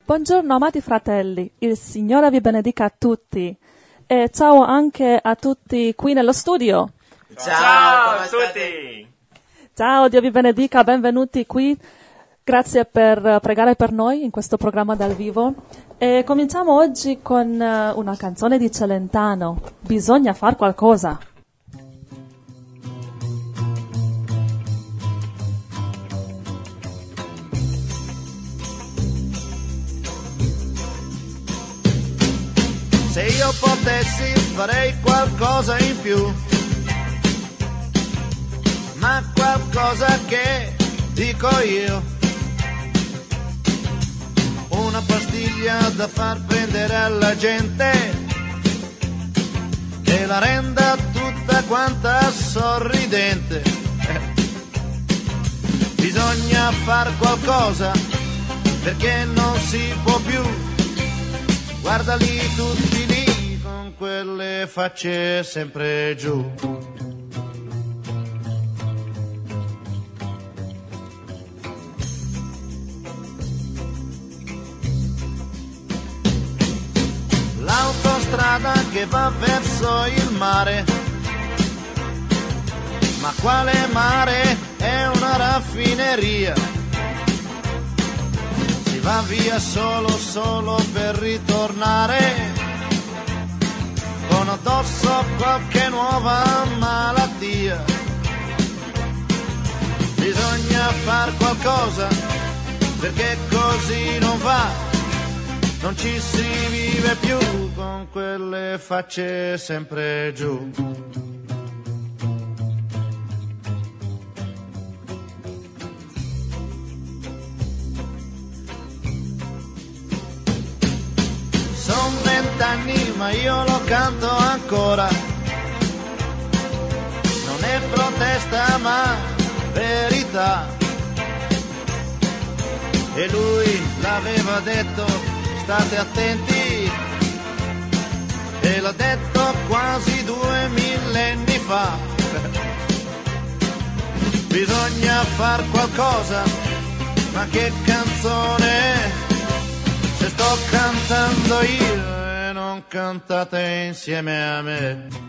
Buongiorno amati fratelli, il Signore vi benedica a tutti e ciao anche a tutti qui nello studio. Ciao a tutti! Ciao, Dio vi benedica, benvenuti qui. Grazie per pregare per noi in questo programma dal vivo. E cominciamo oggi con una canzone di Celentano, Bisogna far qualcosa. Se io potessi farei qualcosa in più, ma qualcosa che dico io, una pastiglia da far prendere alla gente, che la renda tutta quanta sorridente. Bisogna far qualcosa perché non si può più. Guardali tutti lì con quelle facce sempre giù. L'autostrada che va verso il mare, ma quale mare? È una raffineria. Va via solo per ritornare, con addosso qualche nuova malattia. Bisogna far qualcosa perché così non va, non ci si vive più con quelle facce sempre giù. Son 20 anni ma io lo canto ancora, non è protesta ma verità. E lui l'aveva detto, state attenti, e l'ha detto quasi 2 millenni fa. Bisogna far qualcosa, ma che canzone è? Se sto cantando io e non cantate insieme a me.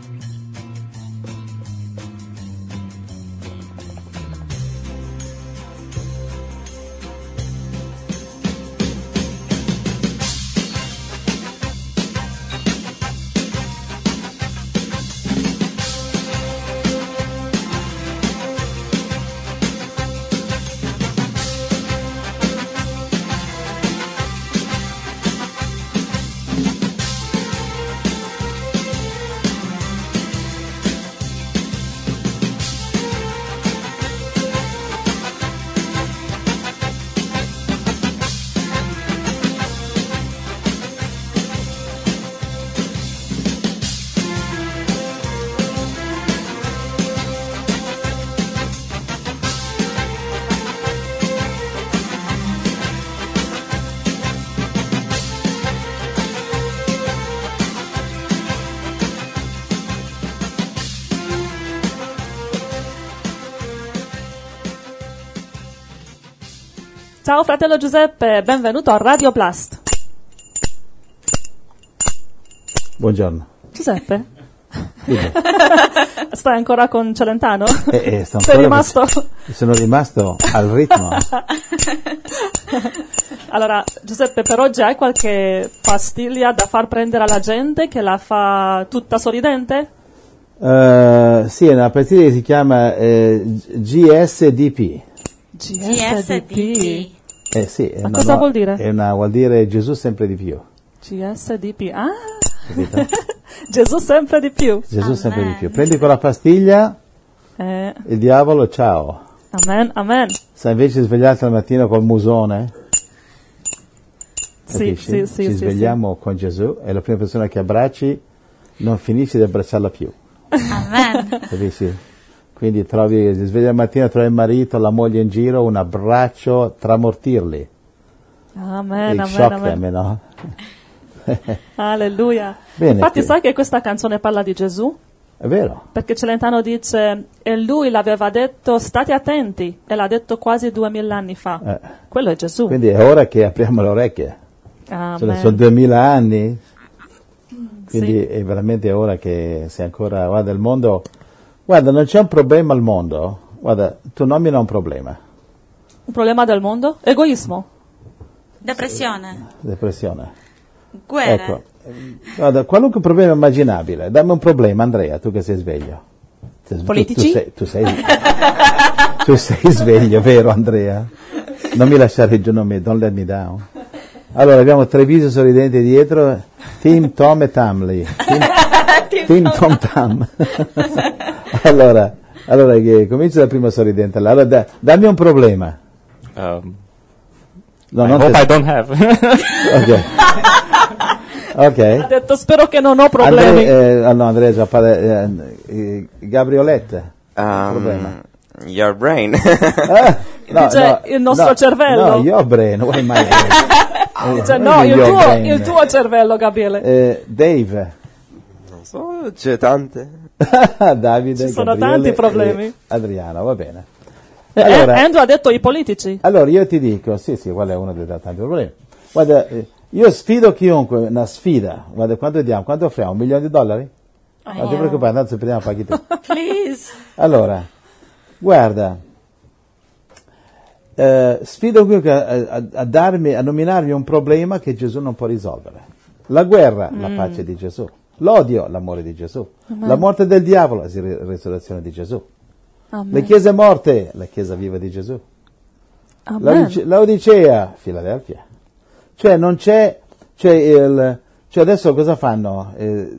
Ciao fratello Giuseppe, benvenuto a Radio Blast. Buongiorno. Giuseppe? Stai ancora con Celentano? Sei rimasto? Sono rimasto al ritmo. Allora, Giuseppe, per oggi hai qualche pastiglia da far prendere alla gente che la fa tutta sorridente? Sì, è una pastiglia che si chiama GSDP. GSDP? Sì. Ma cosa vuol dire? Vuol dire Gesù sempre di più. GSDP, ah! Capito? Gesù sempre di più. Gesù sempre di più. Prendi quella pastiglia, il diavolo, ciao. Amen, amen. Se invece svegliarti la mattina col musone, sì, ci svegliamo con Gesù e la prima persona che abbracci non finisci di abbracciarla più. Amen. Capisci? Quindi ti svegli la mattina, trovi il marito, la moglie in giro, un abbraccio, tramortirli. Amen, il amen, shock amen. them, no? Alleluia. Bene, infatti sai che questa canzone parla di Gesù? È vero. Perché Celentano dice, e lui l'aveva detto, state attenti, e l'ha detto quasi 2000 anni fa. Quello è Gesù. Quindi è ora che apriamo le orecchie. Sono 2000 anni, quindi Sì. è veramente ora che sei ancora, guarda, il mondo, guarda, non c'è un problema al mondo, guarda, tu nomina un problema, Un problema del mondo? Egoismo. Depressione, depressione, guerre. ecco, guarda, qualunque problema immaginabile, dammi un problema, Andrea, tu che sei sveglio. Politici? Tu sei sveglio, vero Andrea? Non mi lasciare giù, don't let me down. Allora abbiamo Treviso sorridente dietro, Team Tom e Tamley. Team Tom Tam. allora che comincia dal primo sorridente. Allora dammi un problema. No, I hope I don't have. Ok. Ha detto spero che non ho problemi. Andrea già parla. Gabrioletta. Problema. Your brain. Dice il nostro cervello. No, your brain. Why my brain? Dice no, il tuo cervello, Gabriele. Dave. Non so, c'è tante. Davide. Ci sono Gabriele tanti problemi. e Adriano, va bene. Allora, Andrew ha detto i politici. allora io ti dico, sì, quello è uno dei tanti problemi. Guarda, io sfido chiunque, una sfida. Guarda, quanto diamo? Quanto offriamo? $1 milione? Non ti preoccupare, tanto se prendiamo paghi tu. Please. Allora, guarda, sfido chiunque a nominarmi un problema che Gesù non può risolvere. La guerra, la pace di Gesù. L'odio, l'amore di Gesù. La morte del diavolo, la risurrezione di Gesù. Amen. Le chiese morte, la chiesa viva di Gesù. Amen. Laodicea, Filadelfia. Cioè non c'è, cioè adesso cosa fanno?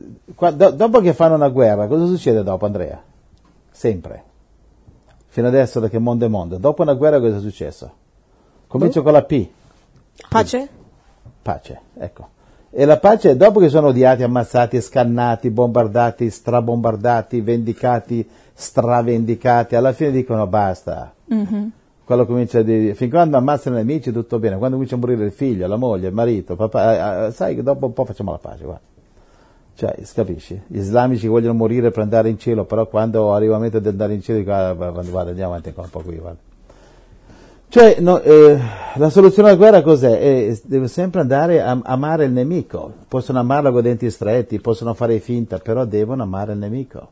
Dopo che fanno una guerra, cosa succede dopo, Andrea? Sempre. Fino adesso, da che mondo è mondo. Dopo una guerra cosa è successo? Comincio con la P. Pace? Pace, ecco. E la pace è dopo che sono odiati, ammazzati, scannati, bombardati, strabombardati, vendicati, stravendicati, alla fine dicono basta. Quello comincia a dire, fin quando ammazzano i nemici tutto bene, quando comincia a morire il figlio, la moglie, il marito, papà, sai che dopo un po' facciamo la pace, guarda. Cioè, capisci? Gli islamici vogliono morire per andare in cielo, però quando arriva il momento di andare in cielo dicono, guarda, andiamo avanti ancora un po' qui, guarda. Cioè, la soluzione alla guerra cos'è? Deve sempre andare a amare il nemico. Possono amarlo con denti stretti, possono fare finta, però devono amare il nemico.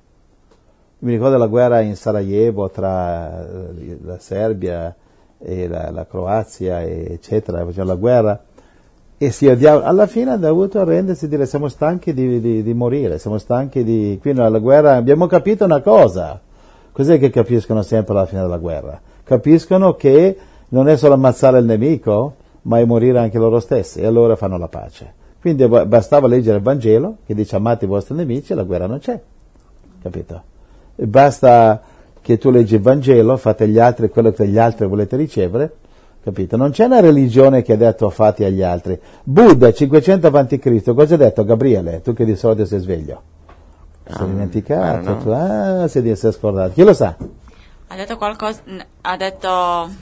Mi ricordo la guerra in Sarajevo tra la Serbia e la Croazia, eccetera, facevano la guerra e si odiavano. Alla fine hanno dovuto arrendersi e dire siamo stanchi di morire, siamo stanchi di... Quindi alla guerra abbiamo capito una cosa. Cos'è che capiscono sempre alla fine della guerra? Capiscono che non è solo ammazzare il nemico, ma è morire anche loro stessi, e allora fanno la pace. Quindi bastava leggere il Vangelo, che dice amate i vostri nemici, e la guerra non c'è. Capito? E basta che tu leggi il Vangelo, fate agli altri quello che gli altri volete ricevere, capito? Non c'è una religione che ha detto fate agli altri. Buddha, 500 a.C., cosa ha detto Gabriele? Tu che di solito sei sveglio. Sei dimenticato? no. Si è scordato. Chi lo sa? Ha detto qualcosa, ha detto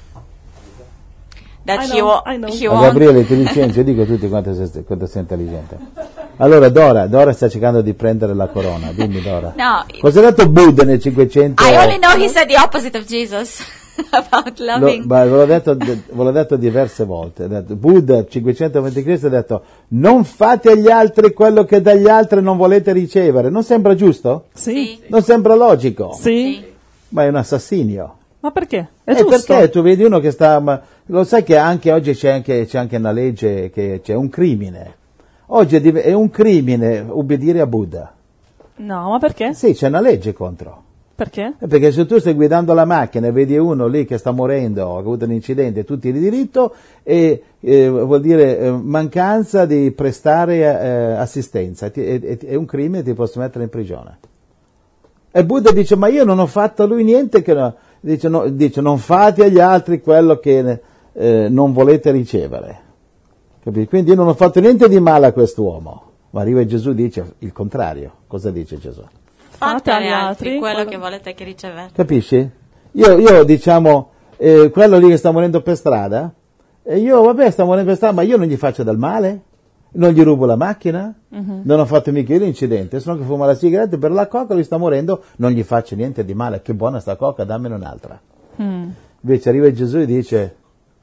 that I know. he Ma won't. Gabriele, ti licenzio, dico a tutti quanto sei intelligente. Allora Dora sta cercando di prendere la corona, dimmi Dora. No. Cosa ha detto Buddha nel 500? I only know he said the opposite of Jesus about loving. Ve l'ho detto diverse volte. Ha detto, Buddha 500 a.C. ha detto non fate agli altri quello che dagli altri non volete ricevere. Non sembra giusto? Sì. Non sembra logico? Sì. Ma è un assassinio. Ma perché? È giusto. Perché tu vedi uno che sta... lo sai che anche oggi c'è anche una legge che c'è un crimine. Oggi è un crimine ubbidire a Buddha. No, ma perché? Sì, c'è una legge contro. Perché? Perché se tu stai guidando la macchina e vedi uno lì che sta morendo, ha avuto un incidente, tu tiri diritto, vuol dire mancanza di prestare assistenza. È un crimine, ti possono mettere in prigione. E Buddha dice, ma io non ho fatto a lui niente che... No. Dice non fate agli altri quello che non volete ricevere. Capito? Quindi io non ho fatto niente di male a quest'uomo. Ma arriva Gesù e dice il contrario. Cosa dice Gesù? Fate agli altri quello che volete che ricevete. Capisci? Io diciamo, quello lì che sta morendo per strada, sta morendo per strada, ma io non gli faccio del male? Non gli rubo la macchina? Non ho fatto mica io l'incidente, sono che fuma la sigaretta per la coca, lui sta morendo, non gli faccio niente di male, che buona sta coca, dammene un'altra. Invece arriva Gesù e dice,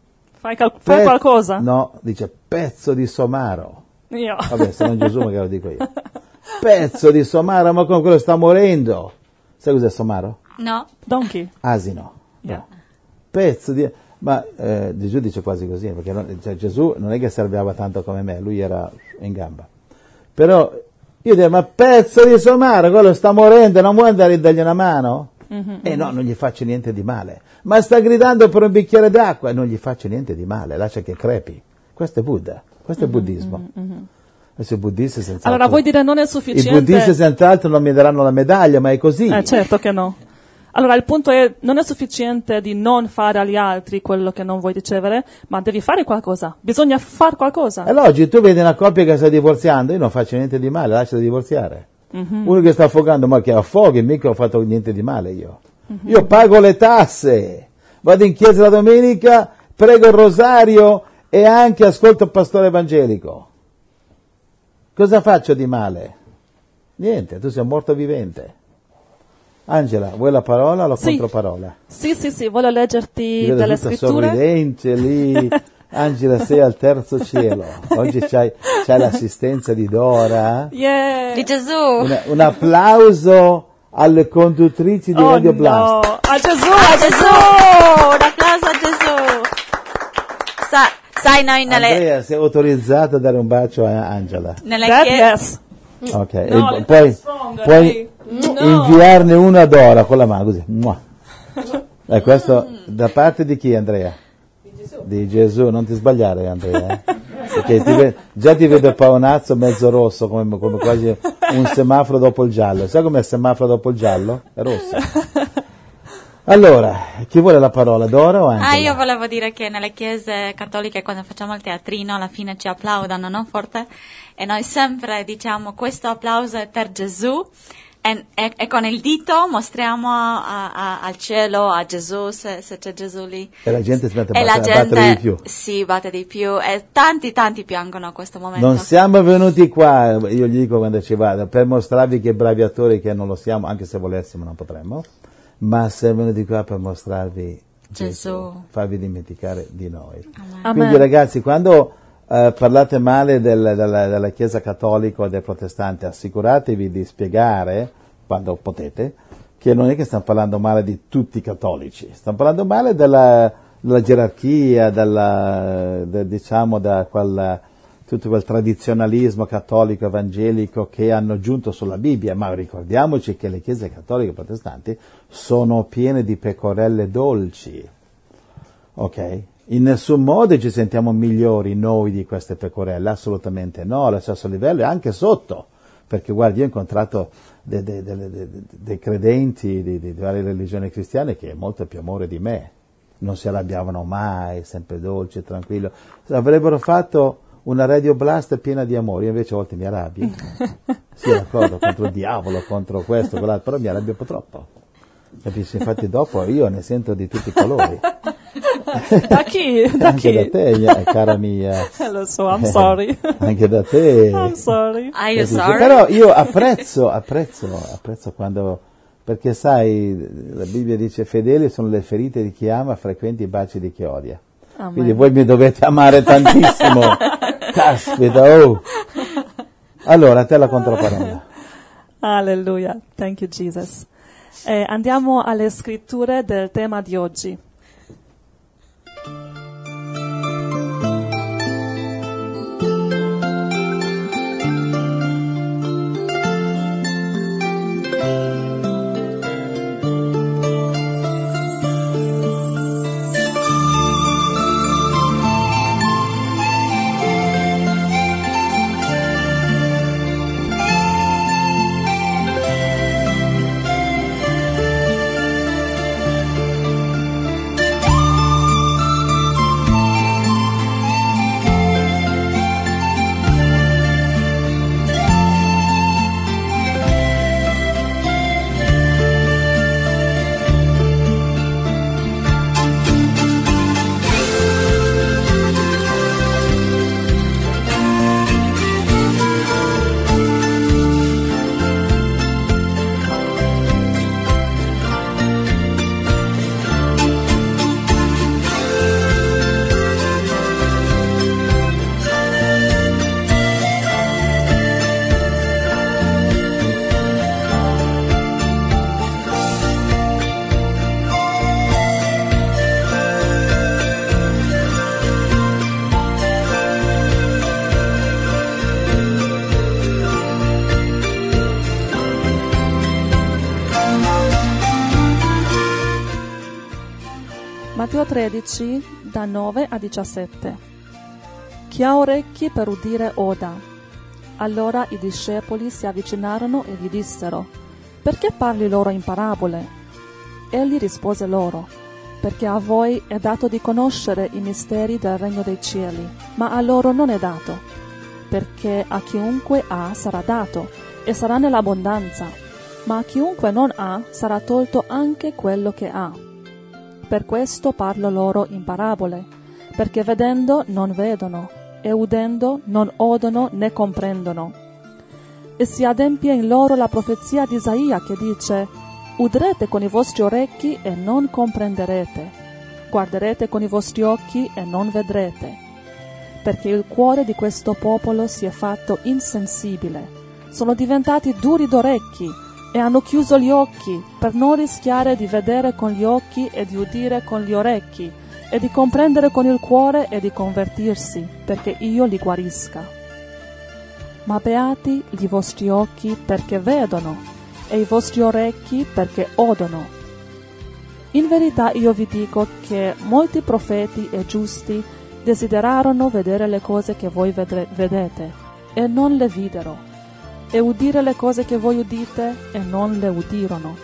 Fai qualcosa? No, dice pezzo di somaro. Io. Vabbè, se non Gesù magari lo dico io. Pezzo di somaro, ma come quello sta morendo. Sai cos'è somaro? No. Donkey. Asino. Yeah. No. Pezzo di... Ma Gesù dice quasi così, perché Gesù non è che serveva tanto come me, lui era in gamba. Però io dico, ma pezzo di somaro, quello sta morendo, non vuoi andare a dargli una mano? No, non gli faccio niente di male. Ma sta gridando per un bicchiere d'acqua, non gli faccio niente di male, lascia che crepi. Questo è Buddha, questo è buddismo. Adesso i buddisti senz'altro... Allora vuoi dire non è sufficiente... I buddisti senz'altro non mi daranno la medaglia, ma è così. Certo che no. Allora il punto è, non è sufficiente di non fare agli altri quello che non vuoi ricevere, ma devi fare qualcosa. Bisogna fare qualcosa. È logico, tu vedi una coppia che sta divorziando, io non faccio niente di male, lascia di divorziare. Uno che sta affogando, ma che affoghi, mica ho fatto niente di male io. Io pago le tasse, vado in chiesa la domenica, prego il rosario e anche ascolto il pastore evangelico. Cosa faccio di male? Niente, tu sei un morto vivente. Angela, vuoi la parola o la controparola? Sì, voglio leggerti delle scritture. Sorridente lì. Angela, sei al terzo cielo. Oggi c'hai l'assistenza di Dora. Yeah. Di Gesù. Un applauso alle conduttrici di Radio Blast. No. A Gesù, A Gesù! Un applauso a Gesù! Sai, noi Andrea, sei autorizzato a dare un bacio a Angela. nelle That chiese... yes. Ok, No, e puoi inviarne una a Dora con la mano, così. Mua. E questo da parte di chi, Andrea? Di Gesù, non ti sbagliare, Andrea. Perché già ti vedo paonazzo mezzo rosso, come quasi un semaforo dopo il giallo. Sai com'è il semaforo dopo il giallo? È rosso. Allora, chi vuole la parola, Dora o Angela? io volevo dire che nelle chiese cattoliche quando facciamo il teatrino alla fine ci applaudono, no? Forte? E noi sempre diciamo questo applauso è per Gesù e con il dito mostriamo al cielo, a Gesù, se c'è Gesù lì. E la gente si mette E la battere di gente più. sì, batte di più e tanti piangono a questo momento. Non siamo venuti qua, io gli dico quando ci vado, per mostrarvi che bravi attori che non lo siamo, anche se volessimo non potremmo, ma siamo venuti qua per mostrarvi Gesù, farvi dimenticare di noi. Amen. Quindi ragazzi, quando parlate male della Chiesa cattolica o del protestante, assicuratevi di spiegare, quando potete, che non è che stiamo parlando male di tutti i cattolici, stiamo parlando male della gerarchia, diciamo da tutto quel tradizionalismo cattolico evangelico che hanno aggiunto sulla Bibbia, ma ricordiamoci che le chiese cattoliche e protestanti sono piene di pecorelle dolci, ok? In nessun modo ci sentiamo migliori noi di queste pecorelle, assolutamente no, allo stesso livello e anche sotto, perché guardi, io ho incontrato dei credenti di varie religioni cristiane che hanno molto più amore di me, non si arrabbiavano mai, sempre dolci e tranquillo, avrebbero fatto una Radio Blast piena di amore, io invece a volte mi arrabbio, sì, d'accordo, contro il diavolo, contro questo, quell'altro, però mi arrabbio un po' troppo, capisci? Infatti dopo io ne sento di tutti i colori. Da chi? Da Anche chi? da te, cara mia. Lo so, I'm sorry. Anche da te. I'm sorry. Are you sorry? Però io apprezzo quando, perché sai, la Bibbia dice fedeli sono le ferite di chi ama, frequenti i baci di chi odia. Amen. Quindi voi mi dovete amare tantissimo. Caspita, oh. Allora, a te la controparola. Alleluia. Thank you, Jesus. Andiamo alle scritture del tema di oggi. 13, da 9 a 17. Chi ha orecchi per udire oda. Allora i discepoli si avvicinarono e gli dissero: perché parli loro in parabole? Egli rispose loro: perché a voi è dato di conoscere i misteri del regno dei cieli, ma a loro non è dato, perché a chiunque ha sarà dato e sarà nell'abbondanza, ma a chiunque non ha sarà tolto anche quello che ha. Per questo parlo loro in parabole, perché vedendo non vedono, e udendo non odono né comprendono. E si adempie in loro la profezia di Isaia che dice: udrete con i vostri orecchi e non comprenderete, guarderete con i vostri occhi e non vedrete, perché il cuore di questo popolo si è fatto insensibile, sono diventati duri d'orecchi e hanno chiuso gli occhi per non rischiare di vedere con gli occhi e di udire con gli orecchi e di comprendere con il cuore e di convertirsi, perché io li guarisca. Ma beati i vostri occhi perché vedono e i vostri orecchi perché odono. In verità io vi dico che molti profeti e giusti desiderarono vedere le cose che voi vedete e non le videro, e udire le cose che voi udite e non le udirono.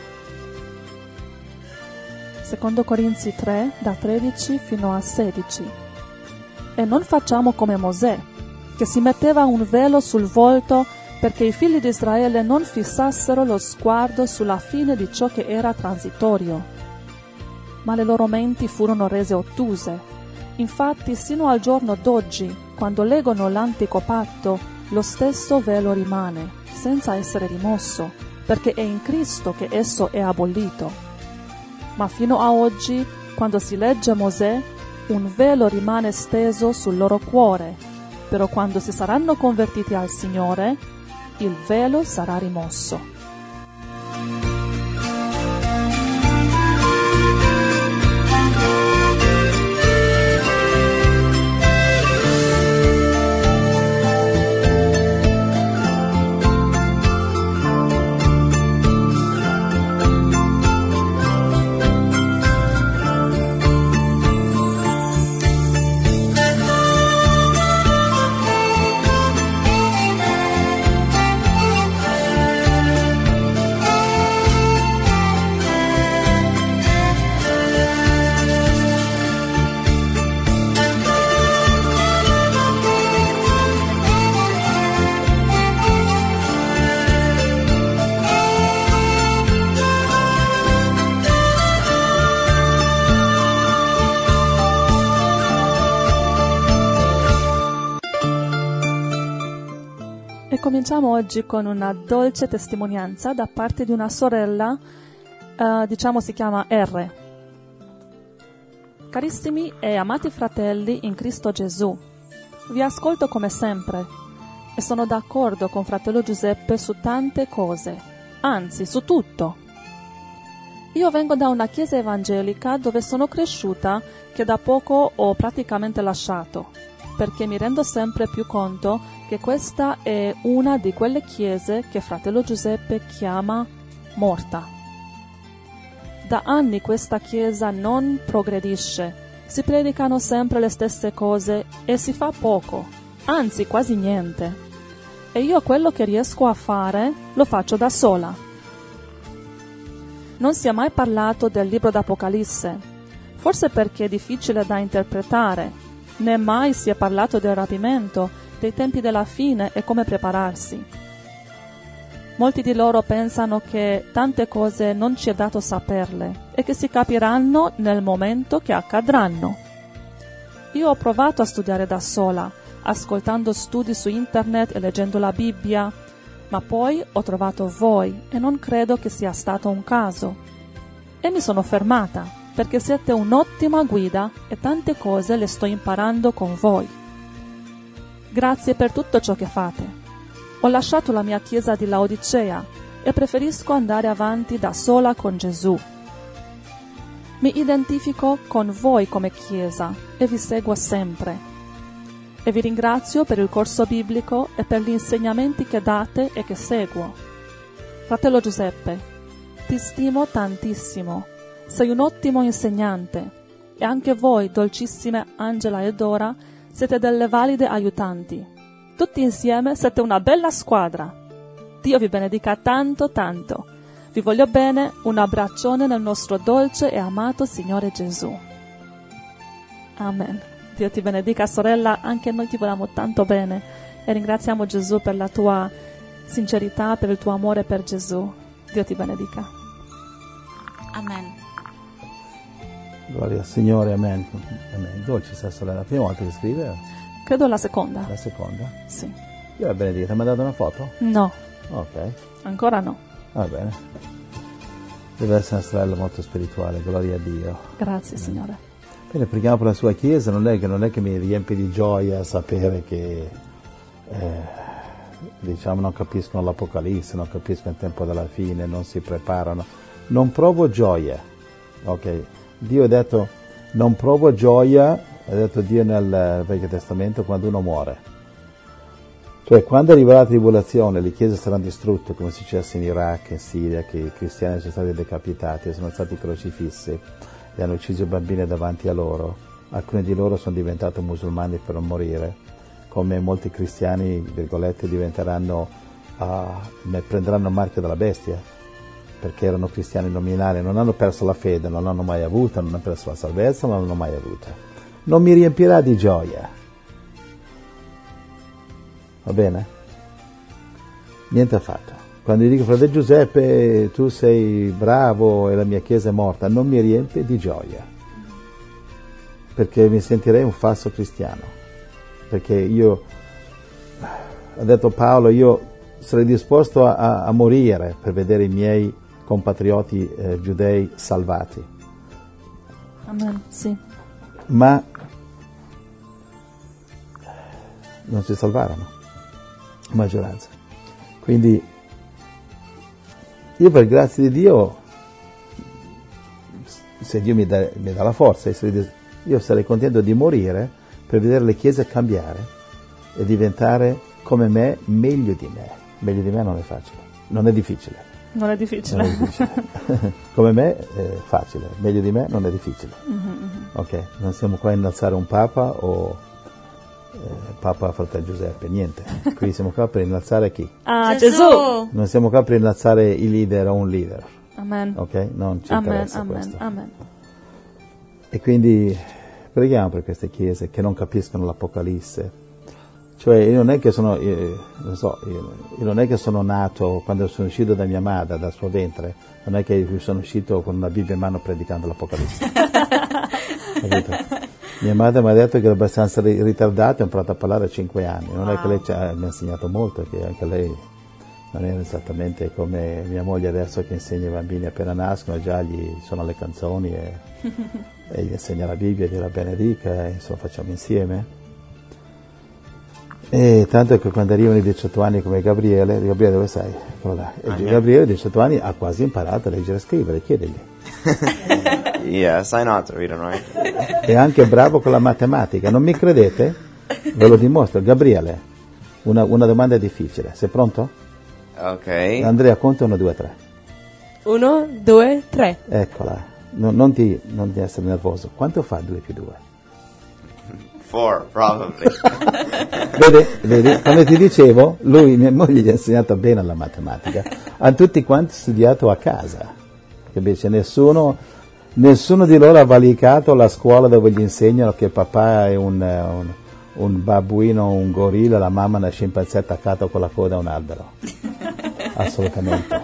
Secondo Corinzi 3, da 13 fino a 16. E non facciamo come Mosè, che si metteva un velo sul volto perché i figli di Israele non fissassero lo sguardo sulla fine di ciò che era transitorio. Ma le loro menti furono rese ottuse. Infatti, sino al giorno d'oggi, quando leggono l'antico patto, lo stesso velo rimane, senza essere rimosso, perché è in Cristo che esso è abolito. Ma fino a oggi, quando si legge Mosè, un velo rimane steso sul loro cuore, però quando si saranno convertiti al Signore, il velo sarà rimosso. Cominciamo oggi con una dolce testimonianza da parte di una sorella, si chiama R. Carissimi e amati fratelli in Cristo Gesù, vi ascolto come sempre e sono d'accordo con fratello Giuseppe su tante cose, anzi su tutto. Io vengo da una chiesa evangelica dove sono cresciuta, che da poco ho praticamente lasciato, perché mi rendo sempre più conto che questa è una di quelle chiese che fratello Giuseppe chiama morta. Da anni questa chiesa non progredisce, si predicano sempre le stesse cose e si fa poco, anzi quasi niente. E io quello che riesco a fare lo faccio da sola. Non si è mai parlato del libro d'Apocalisse, forse perché è difficile da interpretare, né mai si è parlato del rapimento, dei tempi della fine e come prepararsi. Molti di loro pensano che tante cose non ci è dato saperle e che si capiranno nel momento che accadranno. Io ho provato a studiare da sola, ascoltando studi su internet e leggendo la Bibbia, ma poi ho trovato voi e non credo che sia stato un caso. E mi sono fermata, perché siete un'ottima guida e tante cose le sto imparando con voi. Grazie per tutto ciò che fate. Ho lasciato la mia chiesa di Laodicea e preferisco andare avanti da sola con Gesù. Mi identifico con voi come chiesa e vi seguo sempre. E vi ringrazio per il corso biblico e per gli insegnamenti che date e che seguo. Fratello Giuseppe, ti stimo tantissimo. Sei un ottimo insegnante. E anche voi, dolcissime Angela e Dora, siete delle valide aiutanti. Tutti insieme siete una bella squadra. Dio vi benedica tanto, tanto. Vi voglio bene, un abbraccione nel nostro dolce e amato Signore Gesù. Amen. Dio ti benedica, sorella, anche noi ti vogliamo tanto bene e ringraziamo Gesù per la tua sincerità, per il tuo amore per Gesù. Dio ti benedica. Amen. Gloria al Signore, amen. Amen. Dolce sta sorella, la prima volta che scrive? Credo la seconda. La seconda? Sì. Io la benedita, mi ha dato una foto? No, Ok, ancora no. va bene. Deve essere una sorella molto spirituale, gloria a Dio. Grazie, Signore. Bene, preghiamo per la sua Chiesa, non è che mi riempie di gioia sapere che diciamo non capiscono l'Apocalisse, non capiscono il tempo della fine, non si preparano. Non provo gioia, ok? Dio ha detto non provo gioia, ha detto Dio nel Vecchio Testamento, quando uno muore. Cioè quando arriverà la tribolazione, le chiese saranno distrutte, come è successo in Iraq, in Siria, che i cristiani sono stati decapitati, sono stati crocifissi e hanno ucciso i bambini davanti a loro. Alcuni di loro sono diventati musulmani per non morire, come molti cristiani, virgolette, diventeranno, prenderanno il marchio della bestia, perché erano cristiani nominali, non hanno perso la fede, non l'hanno mai avuta, non hanno perso la salvezza, non l'hanno mai avuta. Non mi riempirà di gioia. Va bene? Niente affatto. Quando gli dico, fratello Giuseppe, tu sei bravo e la mia chiesa è morta, non mi riempie di gioia, perché mi sentirei un falso cristiano, perché io, ha detto Paolo, io sarei disposto a morire per vedere i miei compatrioti giudei salvati. Amen, sì. Ma non si salvarono, maggioranza. Quindi io, per grazia di Dio, se Dio mi dà la forza, io sarei contento di morire per vedere le chiese cambiare e diventare come me, meglio di me. Meglio di me non è facile, non è difficile. Non è difficile. Non è difficile. Come me è facile, meglio di me non è difficile. Ok, non siamo qua a innalzare un papa o Papa fratello Giuseppe, niente. Qui siamo qua per innalzare chi? Gesù. Non siamo qua per innalzare i leader o un leader. Amen. Ok? Non ci Amen, interessa amen, questo. amen. E quindi preghiamo per queste chiese che non capiscono l'Apocalisse. Cioè io non è che sono, io non è che sono nato quando sono uscito da mia madre, dal suo ventre, non è che sono uscito con una Bibbia in mano predicando l'Apocalisse. Capito? Mia madre mi ha detto che ero abbastanza ritardato e ho imparato a parlare a 5 anni. Non è che lei mi ha insegnato molto, che anche lei non era esattamente come mia moglie adesso che insegna ai bambini appena nascono, già gli sono le canzoni e gli insegna la Bibbia, gliela benedica e insomma facciamo insieme. E tanto che quando arrivano i 18 anni come Gabriele dove sei? Gabriele, 18 angi, ha quasi imparato a leggere e scrivere, chiedigli. Yes, I know how to read and write. È anche bravo con la matematica, non mi credete? Ve lo dimostro. Gabriele, una domanda difficile, sei pronto? Ok. Andrea, conta 1, 2, 3. 1, 2, 3. Eccola, non ti essere nervoso. Quanto fa 2 più 2? 4, probably. Vedi, quando ti dicevo, mia moglie gli ha insegnato bene la matematica. Hanno tutti quanti studiato a casa, capisci? Nessuno di loro ha valicato la scuola dove gli insegnano che papà è un babbuino, un gorilla, la mamma è una scimpanzé attaccata con la coda a un albero. Assolutamente.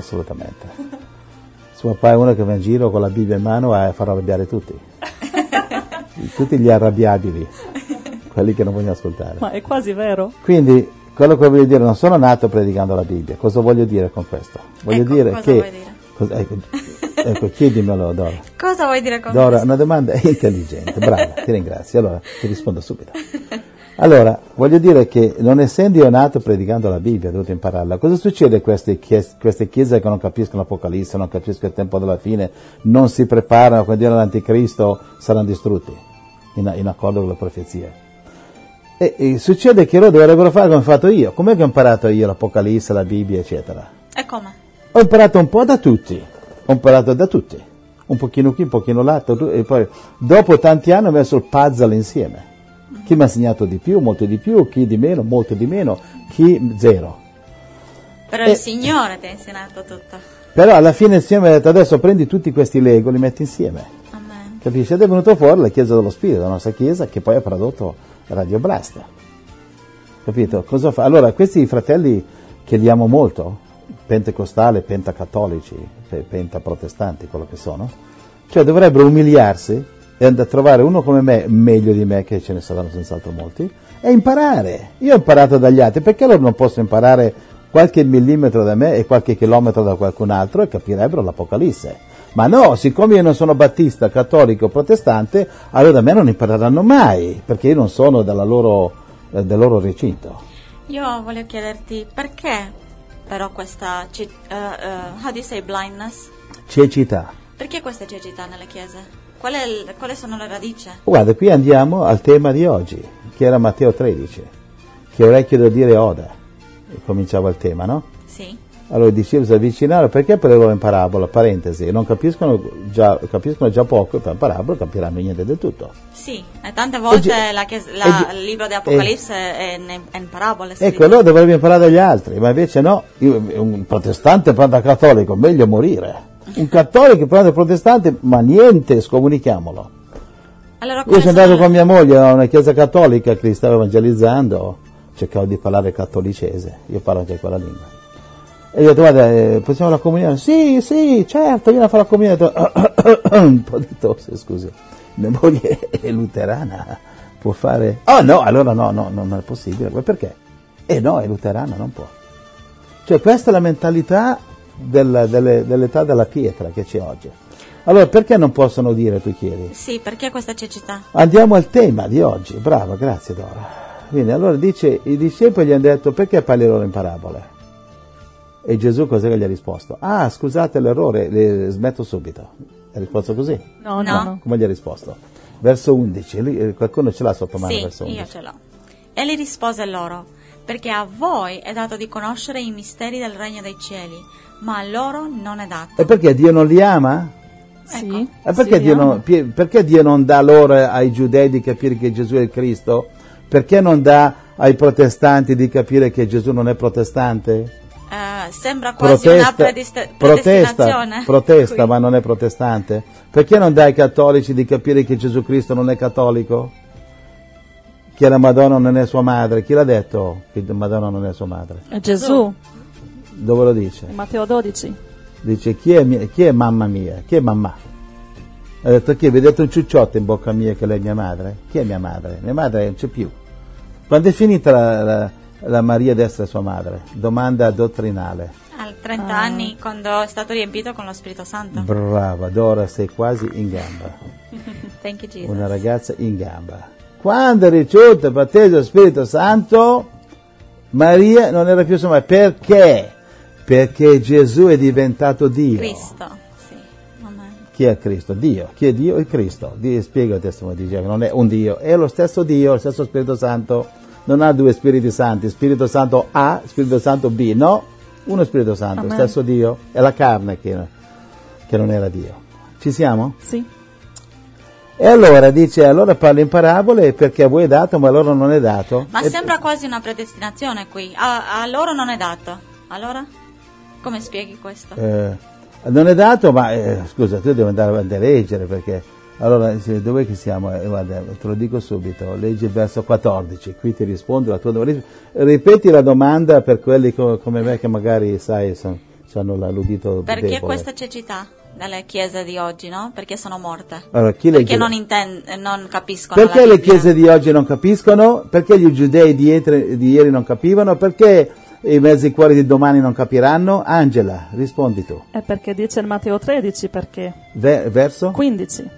Suo papà è uno che va in giro con la Bibbia in mano a far arrabbiare tutti gli arrabbiabili, quelli che non vogliono ascoltare. Ma è quasi vero. Quindi quello che voglio dire, non sono nato predicando la Bibbia. Cosa voglio dire con questo? Voglio dire cosa che vuoi dire? ecco, chiedimelo, Dora. Cosa vuoi dire con Dora, questo? una domanda intelligente, brava, ti ringrazio. Allora, ti rispondo subito. Allora, voglio dire che non essendo io nato predicando la Bibbia, ho dovuto impararla. Cosa succede a queste chiese che non capiscono l'Apocalisse, non capiscono il tempo della fine, non si preparano, quando viene l'Anticristo saranno distrutti, in accordo con le profezie. E succede che loro dovrebbero fare come ho fatto io. Com'è che ho imparato io l'Apocalisse, la Bibbia, eccetera? E come? Ho imparato un po' da tutti. un pochino qui, un pochino là, e poi dopo tanti anni ho messo il puzzle insieme. Chi mi ha insegnato di più, molto di più, chi di meno, molto di meno, chi zero. Però il Signore ti ha insegnato tutto. Però alla fine insieme ha detto adesso prendi tutti questi Lego, li metti insieme. Amen. Capisci? Ed è venuto fuori la Chiesa dello Spirito, la nostra Chiesa, che poi ha prodotto Radio Blast. Capito? Cosa fa? Allora, questi fratelli che li amo molto, pentecostali, pentacattolici, pentaprotestanti, quello che sono, cioè dovrebbero umiliarsi e andare a trovare uno come me, meglio di me, che ce ne saranno senz'altro molti, e imparare. Io ho imparato dagli altri, perché loro non possono imparare qualche millimetro da me e qualche chilometro da qualcun altro e capirebbero l'Apocalisse? Ma no, siccome io non sono battista, cattolico, protestante, allora da me non impareranno mai, perché io non sono del loro recinto. Io voglio chiederti perché però questa, how do you say blindness? Cecità. Perché questa cecità nelle chiese? Quali sono le radici? Guarda, qui andiamo al tema di oggi, che era Matteo 13, che orecchio da dire oda, e cominciava il tema, no? Sì. Allora i discepoli si avvicinarono, perché per loro in parabola, parentesi, non capiscono già poco, e per parabola capiranno niente del tutto. Sì, e tante volte il libro di Apocalisse è in parabole. Ecco, allora dovrebbe imparare dagli altri, ma invece no, un protestante parla cattolico, meglio morire. Un cattolico parla protestante, ma niente, scomunichiamolo. Allora, io sono andato con mia moglie a una chiesa cattolica che li stava evangelizzando, cercavo di parlare cattolicese, io parlo anche quella lingua. E gli ho detto, guarda, possiamo la comunione? Sì, certo, vieni a fare la comunione. Ho detto, un po' di tosse, scusi. Mia moglie è luterana, può fare... Oh no, allora no, non è possibile. Ma perché? No, è luterana, non può. Cioè questa è la mentalità dell'età della pietra che c'è oggi. Allora perché non possono dire, tu chiedi? Sì, perché questa cecità? Andiamo al tema di oggi. Brava, grazie Dora. Quindi allora dice, i discepoli gli hanno detto, perché parli loro in parabole? E Gesù cos'è che gli ha risposto? Ah, scusate l'errore, smetto subito. Ha risposto così? No. Come gli ha risposto? Verso 11, qualcuno ce l'ha sotto mano? Sì, verso 11. Io ce l'ho. Egli rispose loro, perché a voi è dato di conoscere i misteri del regno dei cieli, ma a loro non è dato. E perché Dio non li ama? Sì. E perché Dio non dà loro ai giudei di capire che Gesù è il Cristo? Perché non dà ai protestanti di capire che Gesù non è protestante? Sembra quasi una predestinazione. Protesta, ma non è protestante. Perché non dà ai cattolici di capire che Gesù Cristo non è cattolico? Che la Madonna non è sua madre? Chi l'ha detto che la Madonna non è sua madre? È Gesù. Dove lo dice? In Matteo 12. Dice chi è mamma mia? Chi è mamma? Ha detto chi? Vedete un ciucciotto in bocca mia che lei è mia madre? Chi è mia madre? Mia madre non c'è più. Quando è finita la Maria ad essere sua madre? Domanda dottrinale. A 30 anni, quando è stato riempito con lo Spirito Santo. Brava, Dora, sei quasi in gamba. Thank you, Jesus. Una ragazza in gamba. Quando ha ricevuto il battesimo dello Spirito Santo, Maria non era più sua madre. Perché? Perché Gesù è diventato Dio. Cristo, sì. Amen. Chi è Cristo? Dio. Chi è Dio? Il Cristo. Dio, spiega il testimone di Gesù, non è un Dio, è lo stesso Dio, lo stesso Spirito Santo. Non ha due Spiriti Santi, Spirito Santo A, Spirito Santo B, no, uno Spirito Santo, Amen. Stesso Dio, è la carne che non era Dio. Ci siamo? Sì. E allora dice, allora parla in parabole perché a voi è dato, ma a loro non è dato. Ma sembra quasi una predestinazione qui, a loro non è dato. Allora, come spieghi questo? Non è dato, ma scusa, tu devi andare avanti a leggere perché... Allora, dov'è che siamo? Guarda, te lo dico subito, leggi il verso 14, qui ti rispondo la tua domanda. Ripeti la domanda per quelli come me che magari, sai, hanno l'udito perché debole. Questa cecità nelle chiese di oggi, no? Perché sono morte. Allora, perché non capiscono perché le chiese di oggi non capiscono? Perché gli giudei di ieri non capivano? Perché i mezzi cuori di domani non capiranno? Angela, rispondi tu. È perché dice in Matteo 13, perché? Verso? 15.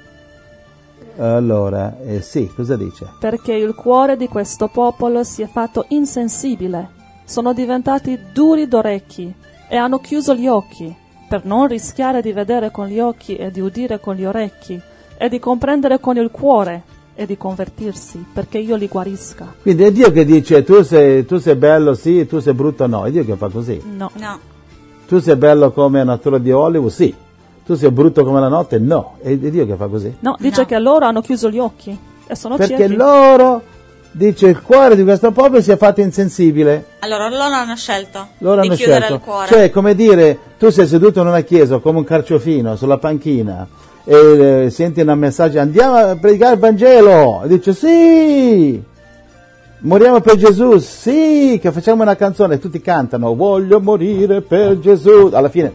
Allora, sì, cosa dice? Perché il cuore di questo popolo si è fatto insensibile, sono diventati duri d'orecchi e hanno chiuso gli occhi, per non rischiare di vedere con gli occhi e di udire con gli orecchi e di comprendere con il cuore e di convertirsi, perché io li guarisca. Quindi è Dio che dice tu sei bello sì, tu sei brutto no, è Dio che fa così. No. No. Tu sei bello come un attore di Hollywood, sì. Tu sei brutto come la notte? No, è Dio che fa così. No, dice che loro hanno chiuso gli occhi e sono Perché ciechi. loro, dice, il cuore di questo popolo si è fatto insensibile. Allora loro hanno scelto Loro di hanno chiudere scelto. il cuore. Cioè, come dire, tu sei seduto in una chiesa come un carciofino sulla panchina e senti un messaggio, andiamo a predicare il Vangelo, e dice sì, moriamo per Gesù, sì, che facciamo una canzone, e tutti cantano, voglio morire per Gesù, alla fine,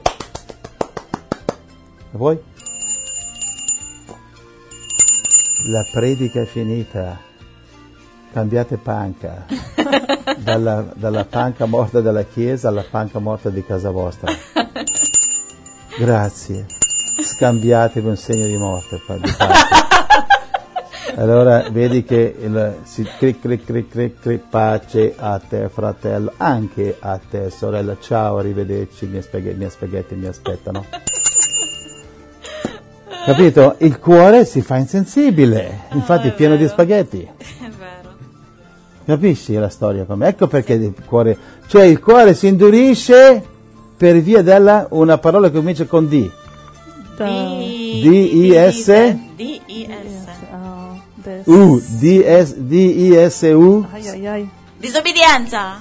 e poi? La predica è finita, cambiate panca, dalla panca morta della chiesa alla panca morta di casa vostra. Grazie, scambiatevi un segno di morte. Di allora vedi che si cric, pace a te fratello, anche a te sorella, ciao, arrivederci, i miei spaghetti mi aspettano. Capito? Il cuore si fa insensibile, infatti è pieno di spaghetti. È vero. Capisci la storia com'è? Ecco perché il cuore, cioè il cuore si indurisce per via della una parola che comincia con D. D-I-S D-I-S-U. Ai. Disobbedienza.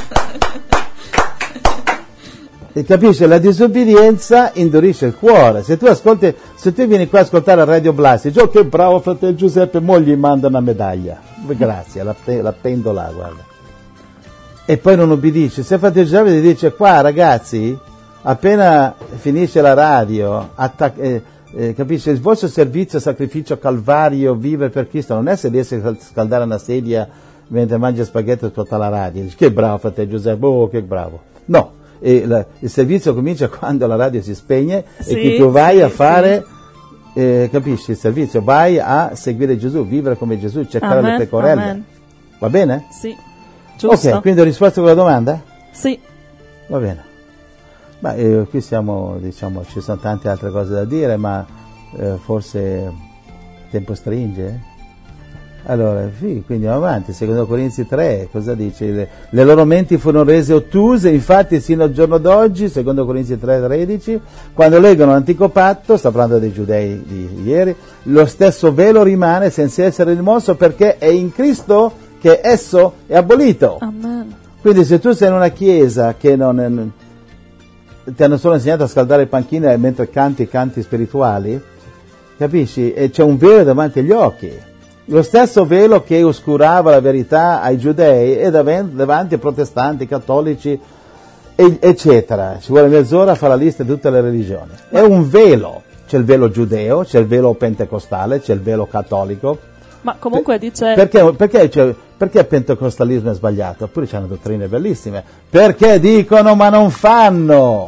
E capisci? La disobbedienza indurisce il cuore. Se tu vieni qua a ascoltare Radio Blasi, oh che bravo fratello Giuseppe, mo gli manda una medaglia. Grazie, la appendo là, guarda. E poi non obbedisci. Se fratello Giuseppe ti dice qua ragazzi, appena finisce la radio, capisci? Il vostro servizio, sacrificio, calvario, vivere per Cristo, non è se riesci a scaldare una sedia mentre mangi spaghetti e ascolta la radio. Dici, che bravo fratello Giuseppe, oh che bravo. No. Il servizio comincia quando la radio si spegne e che tu vai a fare, capisci, il servizio, vai a seguire Gesù, vivere come Gesù, cercare le pecorelle. Amen. Va bene? Sì, giusto. Ok, quindi ho risposto con la domanda? Sì. Va bene. Qui siamo, diciamo, ci sono tante altre cose da dire, ma forse il tempo stringe. Allora, sì, quindi andiamo avanti, secondo Corinzi 3, cosa dice? Le loro menti furono rese ottuse, infatti sino al giorno d'oggi, secondo Corinzi 3,13, quando leggono l'antico patto, sta parlando dei giudei di ieri, lo stesso velo rimane senza essere rimosso perché è in Cristo che esso è abolito. Amen. Quindi se tu sei in una chiesa che ti hanno solo insegnato a scaldare le panchine mentre canti canti spirituali, capisci? E c'è un velo davanti agli occhi. Lo stesso velo che oscurava la verità ai giudei è davanti ai protestanti, cattolici, eccetera. Ci vuole mezz'ora a fare la lista di tutte le religioni. È un velo. C'è il velo giudeo, c'è il velo pentecostale, c'è il velo cattolico. Ma comunque dice... Perché il pentecostalismo è sbagliato? Oppure c'hanno dottrine bellissime. Perché dicono ma non fanno.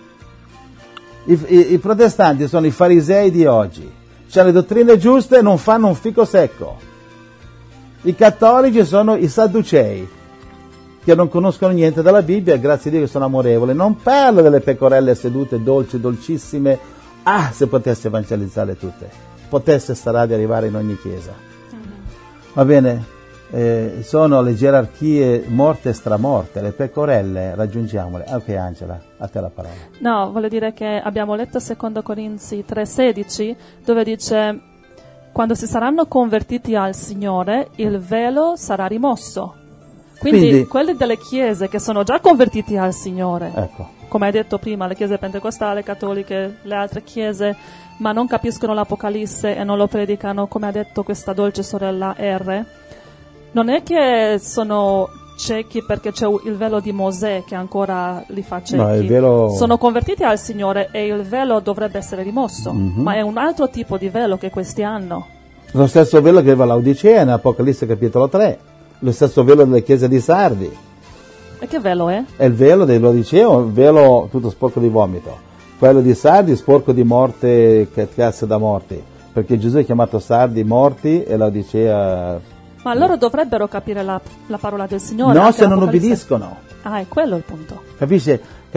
I protestanti sono i farisei di oggi. C'hanno le dottrine giuste e non fanno un fico secco. I cattolici sono i sadducei, che non conoscono niente dalla Bibbia, grazie a Dio che sono amorevoli. Non parlo delle pecorelle sedute dolci, dolcissime. Se potesse evangelizzarle tutte, potesse sta radio arrivare in ogni chiesa. Va bene? Sono le gerarchie morte e stramorte, le pecorelle raggiungiamole. Ok Angela, a te la parola. No, voglio dire che abbiamo letto secondo Corinzi 3,16 dove dice quando si saranno convertiti al Signore il velo sarà rimosso. Quindi quelli delle chiese che sono già convertiti al Signore, ecco, come hai detto prima, le chiese pentecostali, cattoliche, le altre chiese, ma non capiscono l'Apocalisse e non lo predicano, come ha detto questa dolce sorella R, non è che sono ciechi perché c'è il velo di Mosè che ancora li fa ciechi. No, il velo... Sono convertiti al Signore e il velo dovrebbe essere rimosso, ma è un altro tipo di velo che questi hanno. Lo stesso velo che aveva l'Odicea in Apocalisse capitolo 3, lo stesso velo delle chiese di Sardi. E che velo è? È il velo dell'Odicea, un velo tutto sporco di vomito. Quello di Sardi sporco di morte, che cazzo da morti, perché Gesù ha chiamato Sardi morti e l'Odicea... Ma loro dovrebbero capire la parola del Signore. No, se non obbediscono. È quello il punto. Capisce?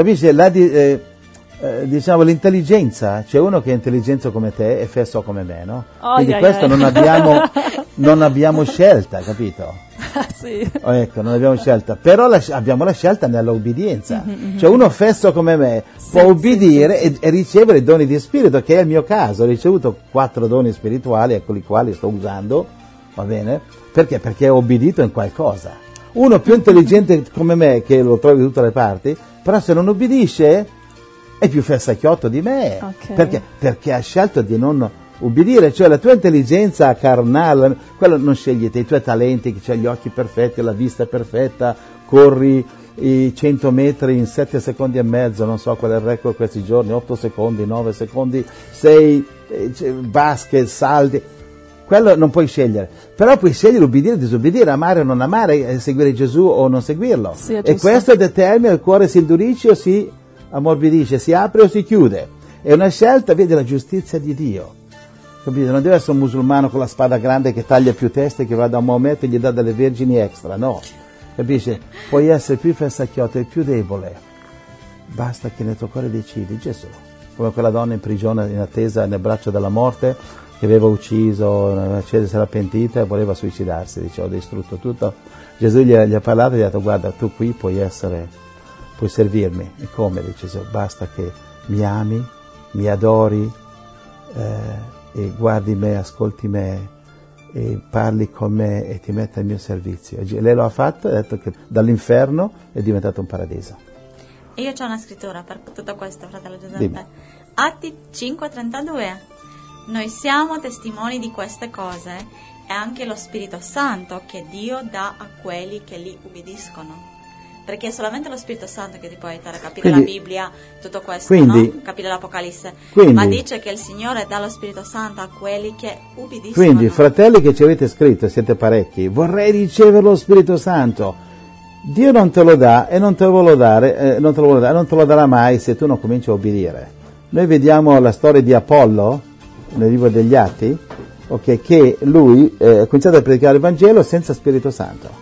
Diciamo l'intelligenza, c'è uno che è intelligenza come te e fesso come me, no? Quindi questo non abbiamo scelta, capito? Sì. Ecco, non abbiamo scelta, però abbiamo la scelta nell'obbedienza. Cioè uno fesso come me può obbedire e ricevere i doni di spirito, che è il mio caso. Ho ricevuto 4 doni spirituali, ecco i quali sto usando, va bene? Perché? Perché ho obbedito in qualcosa. Uno più intelligente come me, che lo trovi da tutte le parti, però se non obbedisce è più fessacchiotto di me. Okay. Perché ha scelto di non ubbidire, cioè la tua intelligenza carnale, quello non scegli te, i tuoi talenti, che c'hai gli occhi perfetti, la vista perfetta, corri i 100 metri in 7 secondi e mezzo, non so qual è il record questi giorni, 8 secondi, 9 secondi, 6 basket, salti, quello non puoi scegliere, però puoi scegliere ubbidire, disobbedire, amare o non amare, seguire Gesù o non seguirlo, sì, è e questo determina il cuore si indurisce o si ammorbidisce, si apre o si chiude, è una scelta, vedi, la giustizia di Dio. Capite? Non deve essere un musulmano con la spada grande che taglia più teste, che va da Maometto e gli dà delle vergini extra, no. Capisci? Puoi essere più fessacchiotto e più debole. Basta che nel tuo cuore decidi Gesù. Come quella donna in prigione in attesa nel braccio della morte, che aveva ucciso, si era pentita e voleva suicidarsi, diceva ho distrutto tutto. Gesù gli ha parlato e gli ha detto guarda, tu qui puoi servirmi. E come? Dice Gesù, basta che mi ami, mi adori, e guardi me, ascolti me e parli con me e ti metti al mio servizio. E lei lo ha fatto e ha detto che dall'inferno è diventato un paradiso. E io c'ho una scrittura per tutto questo, fratello Giuseppe. Dimmi. Atti 5:32. Noi siamo testimoni di queste cose e anche lo Spirito Santo che Dio dà a quelli che li ubbidiscono. Perché è solamente lo Spirito Santo che ti può aiutare a capire la Bibbia, tutto questo, no? Capire l'Apocalisse. Ma dice che il Signore dà lo Spirito Santo a quelli che ubbidiscono. Quindi, fratelli che ci avete scritto, siete parecchi, vorrei ricevere lo Spirito Santo. Dio non te lo dà e non te lo vuole dare, non te lo darà mai se tu non cominci a obbedire. Noi vediamo la storia di Apollo nel libro degli Atti, okay, che lui ha cominciato a predicare il Vangelo senza Spirito Santo.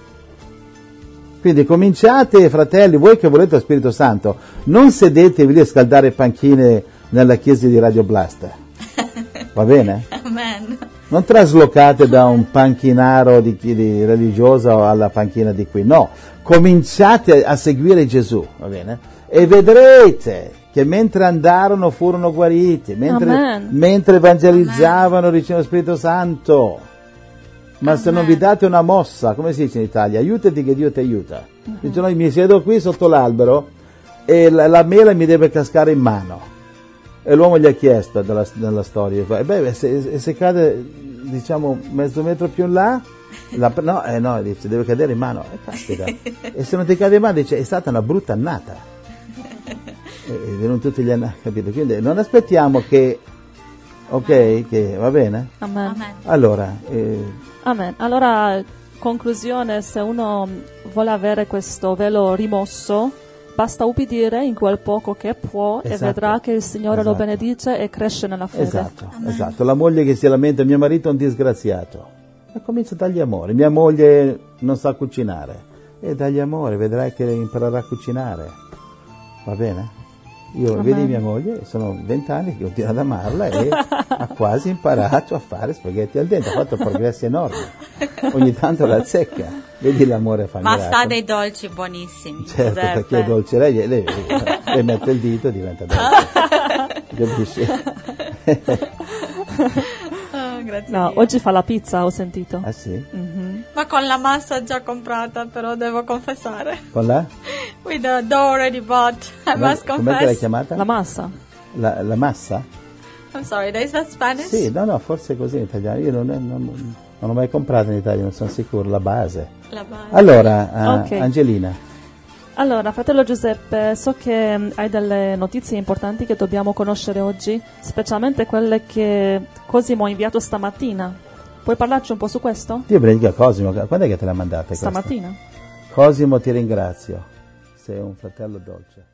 Quindi cominciate, fratelli, voi che volete lo Spirito Santo, non sedetevi lì a scaldare panchine nella chiesa di Radio Blast. Va bene? Amen. Non traslocate da un panchinaro di religioso alla panchina di qui, no. Cominciate a seguire Gesù, va bene? E vedrete che mentre andarono furono guariti, mentre evangelizzavano ricevevano lo Spirito Santo. Ma se non vi date una mossa, come si dice in Italia, aiutati che Dio ti aiuta. Dice, no, mi siedo qui sotto l'albero e la mela mi deve cascare in mano. E l'uomo gli ha chiesto nella storia, se cade, diciamo, mezzo metro più in là, no, dice, deve cadere in mano. Caspita. E se non ti cade in mano, dice, è stata una brutta annata. E non tutti gli hanno capito. Quindi non aspettiamo che, ok, che va bene? Amen. Allora... Amen. Allora, conclusione, se uno vuole avere questo velo rimosso, basta ubbidire in quel poco che può, e vedrà che il Signore lo benedice e cresce nella fede. Esatto. La moglie che si lamenta, mio marito è un disgraziato, e comincia a dargli amore. Mia moglie non sa cucinare, e dagli amore, vedrai che imparerà a cucinare. Va bene? Vedi mia moglie, sono 20 anni che continuo ad amarla e ha quasi imparato a fare spaghetti al dente, ha fatto progressi enormi, ogni tanto la azzecca, vedi l'amore fa miracoli. Ma fa dei dolci buonissimi. Certo, perché è dolce, lei mette il dito e diventa dolce, capisci? Grazie. No, oggi fa la pizza, ho sentito. Ah sì? Mm-hmm. Ma con la massa già comprata, però devo confessare. Con la? With the dough already bought, I must confess. Com'è che l'hai chiamata? La massa. La massa? I'm sorry, is that Spanish? Sì, no, forse è così in italiano. Io non ho mai comprato in Italia, non sono sicuro, la base. Allora, okay. Angelina. Allora, fratello Giuseppe, so che hai delle notizie importanti che dobbiamo conoscere oggi, specialmente quelle che Cosimo ha inviato stamattina. Puoi parlarci un po' su questo? Dio benedica Cosimo, quando è che te l'ha mandata? Stamattina. Cosimo, ti ringrazio, sei un fratello dolce.